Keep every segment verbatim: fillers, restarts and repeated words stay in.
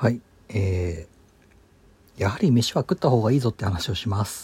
はい、えー、やはり飯は食った方がいいぞって話をします。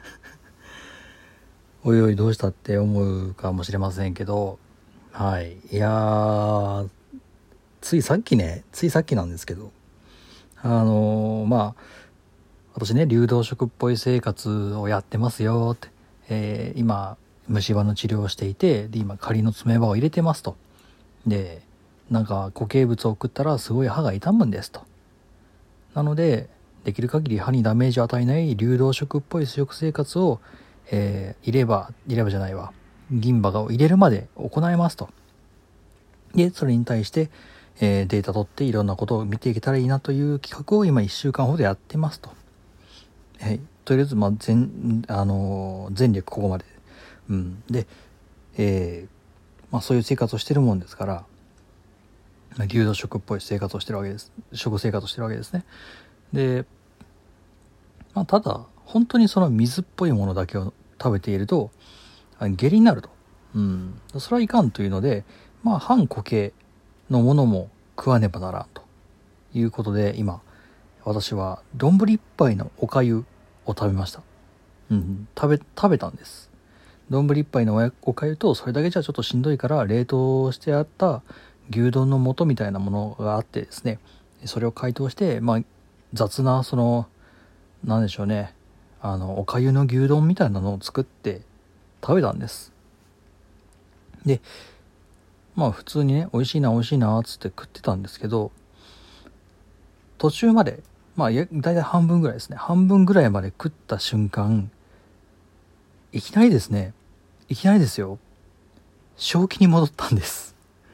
おいおいどうしたって思うかもしれませんけど、はい、いやー、ついさっきね、ついさっきなんですけど、あのー、まあ、私ね、流動食っぽい生活をやってますよって、えー、今、虫歯の治療をしていて、で、今、仮の詰め歯を入れてますと。で、なんか固形物を食ったらすごい歯が痛むんですと。なのでできる限り歯にダメージを与えない流動食っぽい食生活を、えー、入れ歯入れ歯じゃないわ銀歯を入れるまで行いますと。でそれに対して、えー、データ取っていろんなことを見ていけたらいいなという企画を今いっしゅうかんほどやってますと。はい、とりあえず、まあ全あのー、全力ここまで、うん、で、えーまあ、そういう生活をしてるもんですから流動食っぽい生活をしてるわけです。食生活をしてるわけですね。で、まあ、ただ本当にその水っぽいものだけを食べていると下痢になると、うん、それはいかんというので、まあ半固形のものも食わねばならんということで、今私は丼一杯のおかゆを食べました。うん、食べ食べたんです。丼一杯のおかゆと、それだけじゃちょっとしんどいから冷凍してあった牛丼の素みたいなものがあってですね、それを解凍して、まあ雑なそのなんでしょうね、あのおかゆの牛丼みたいなのを作って食べたんです。でまあ普通にね、美味しいな美味しいなっつって食ってたんですけど、途中までまあだいたい半分ぐらいですね半分ぐらいまで食った瞬間、いきなりですねいきなりですよ正気に戻ったんです。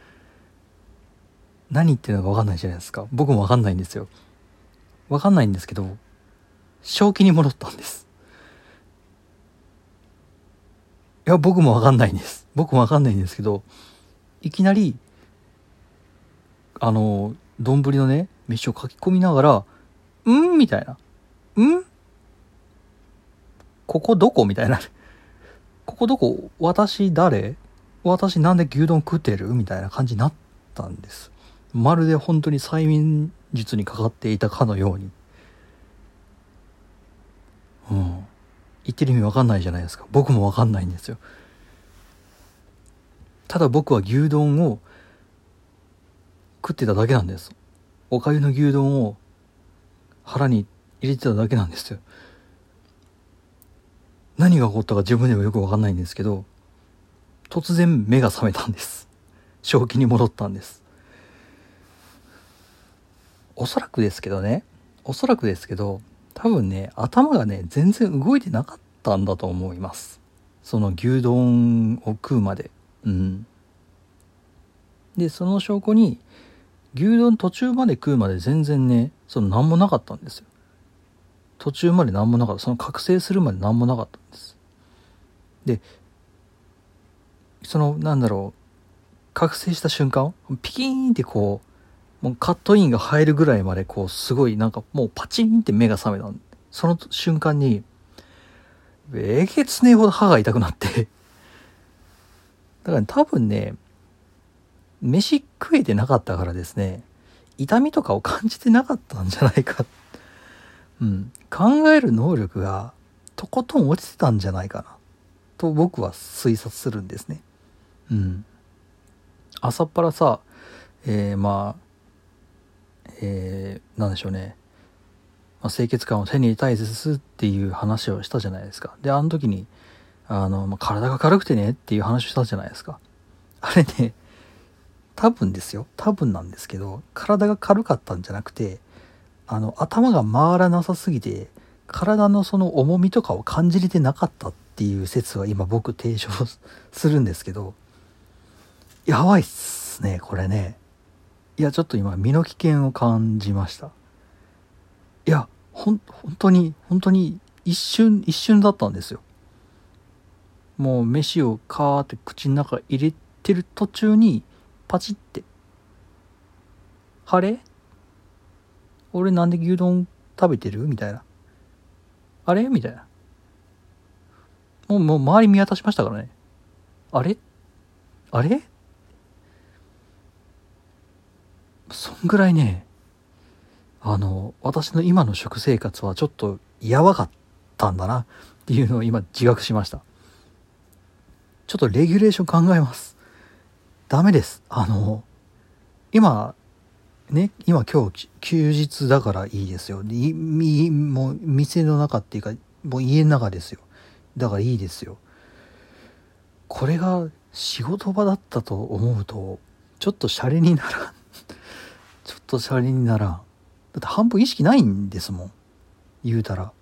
何言ってるのか分かんないじゃないですか。僕も分かんないんですよ。分かんないんですけど正気に戻ったんです。いや僕も分かんないんです僕も分かんないんですけど、いきなりあの丼のね飯を書き込みながら「ん?」みたいな「んここどこ?」みたいな「ここどこ私誰私なんで牛丼食ってる?」みたいな感じになったんです。まるで本当に催眠術にかかっていたかのように。うん言ってる意味わかんないじゃないですか。僕もわかんないんですよ。ただ僕は牛丼を食ってただけなんです。おかゆの牛丼を腹に入れてただけなんですよ。何が起こったか自分でもよくわかんないんですけど、突然目が覚めたんです。正気に戻ったんです。おそらくですけどねおそらくですけど多分ね頭がね全然動いてなかったんだと思います。その牛丼を食うまで。うんでその証拠に牛丼途中まで食うまで全然ねその何もなかったんですよ。途中まで何もなかった。その覚醒するまで何もなかったんです。でそのなんだろう覚醒した瞬間ピキーンってこうもうカットインが入るぐらいまでこうすごいなんかもうパチンって目が覚めた。その瞬間にえげつねえほど歯が痛くなってだから多分ね飯食えてなかったからですね痛みとかを感じてなかったんじゃないか、うん、考える能力がとことん落ちてたんじゃないかなと僕は推察するんですね。うん朝っぱらさ、えー、まあえー、なんでしょうね、まあ、清潔感を手に入れたいですっていう話をしたじゃないですか。であの時にあの、まあ、体が軽くてねっていう話をしたじゃないですか。あれね多分ですよ多分なんですけど体が軽かったんじゃなくてあの頭が回らなさすぎて体のその重みとかを感じれてなかったっていう説は今僕提唱するんですけど、やばいっすねこれね。いやちょっと今身の危険を感じました。いやほん本当に本当に一瞬一瞬だったんですよ。もう飯をカーって口の中入れてる途中にパチってあれ俺なんで牛丼食べてるみたいなあれみたいなもうもう周り見渡しましたからね。あれあれそんぐらいねあの私の今の食生活はちょっとやばかったんだなっていうのを今自覚しました。ちょっとレギュレーション考えます。ダメです。あの今ね今今日休日だからいいですよ。いみもう店の中っていうかもう家の中ですよ。だからいいですよ。これが仕事場だったと思うとちょっとシャレにならんちょっとシャレにならん。だって半分意識ないんですもん、言うたら。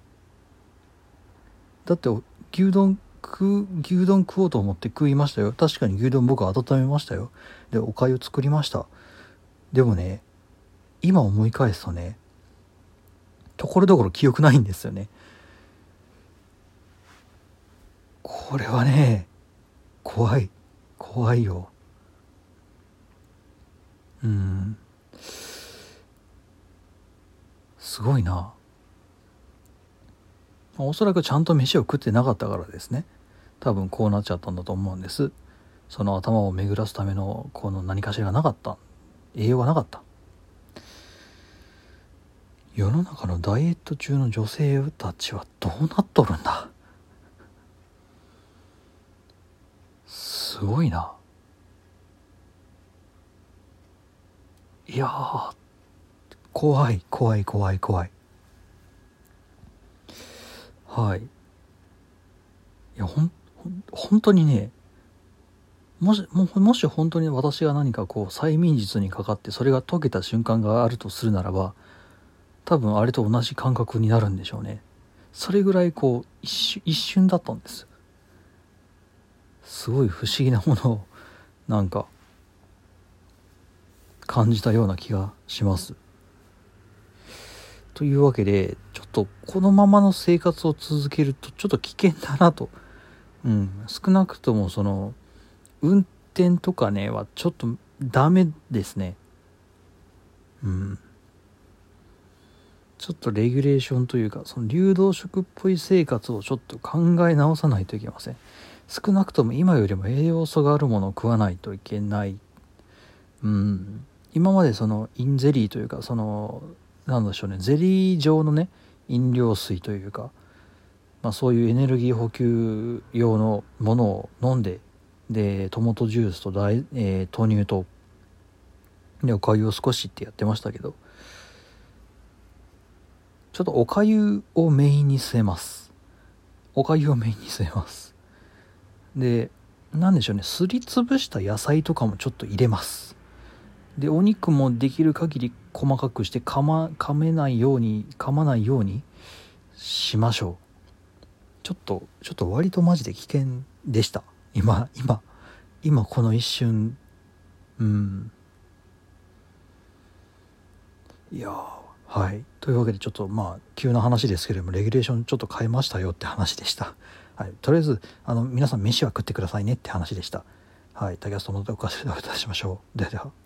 だって牛丼食う牛丼食おうと思って食いましたよ。確かに牛丼僕は温めましたよ。でお粥作りました。でもね今思い返すとねところどころ記憶ないんですよね。これはね怖い怖いよ。うんすごいな。おそらくちゃんと飯を食ってなかったからですね。多分こうなっちゃったんだと思うんです。その頭を巡らすためのこの何かしらがなかった。栄養がなかった。世の中のダイエット中の女性たちはどうなっとるんだ。すごいな。いやー怖い怖い怖い怖い。はい。いやほんほん本当にねもしももし本当に私が何かこう催眠術にかかってそれが解けた瞬間があるとするならば多分あれと同じ感覚になるんでしょうね。それぐらいこう一瞬一瞬だったんです。すごい不思議なものをなんか感じたような気がします。というわけでちょっとこのままの生活を続けるとちょっと危険だなと、うん、少なくともその運転とかねはちょっとダメですね。うんちょっとレギュレーションというかその流動食っぽい生活をちょっと考え直さないといけません。少なくとも今よりも栄養素があるものを食わないといけない。うん今までそのインゼリーというかそのなんでしょうねゼリー状のね飲料水というか、まあ、そういうエネルギー補給用のものを飲んででトマトジュースと大、えー、豆乳とでお粥を少しってやってましたけどちょっとお粥をメインに据えます。お粥をメインに据えます。でなんでしょうねすりつぶした野菜とかもちょっと入れます。でお肉もできる限り細かくして噛ま噛めないように噛まないようにしましょう。ちょっとちょっと割とマジで危険でした。今今今この一瞬うんいやはいというわけでちょっとまあ急な話ですけれどもレギュレーションちょっと変えましたよって話でした。はい、とりあえずあの皆さん飯は食ってくださいねって話でした。はい、竹安友とおかしでお会いいたしましょう。ではでは。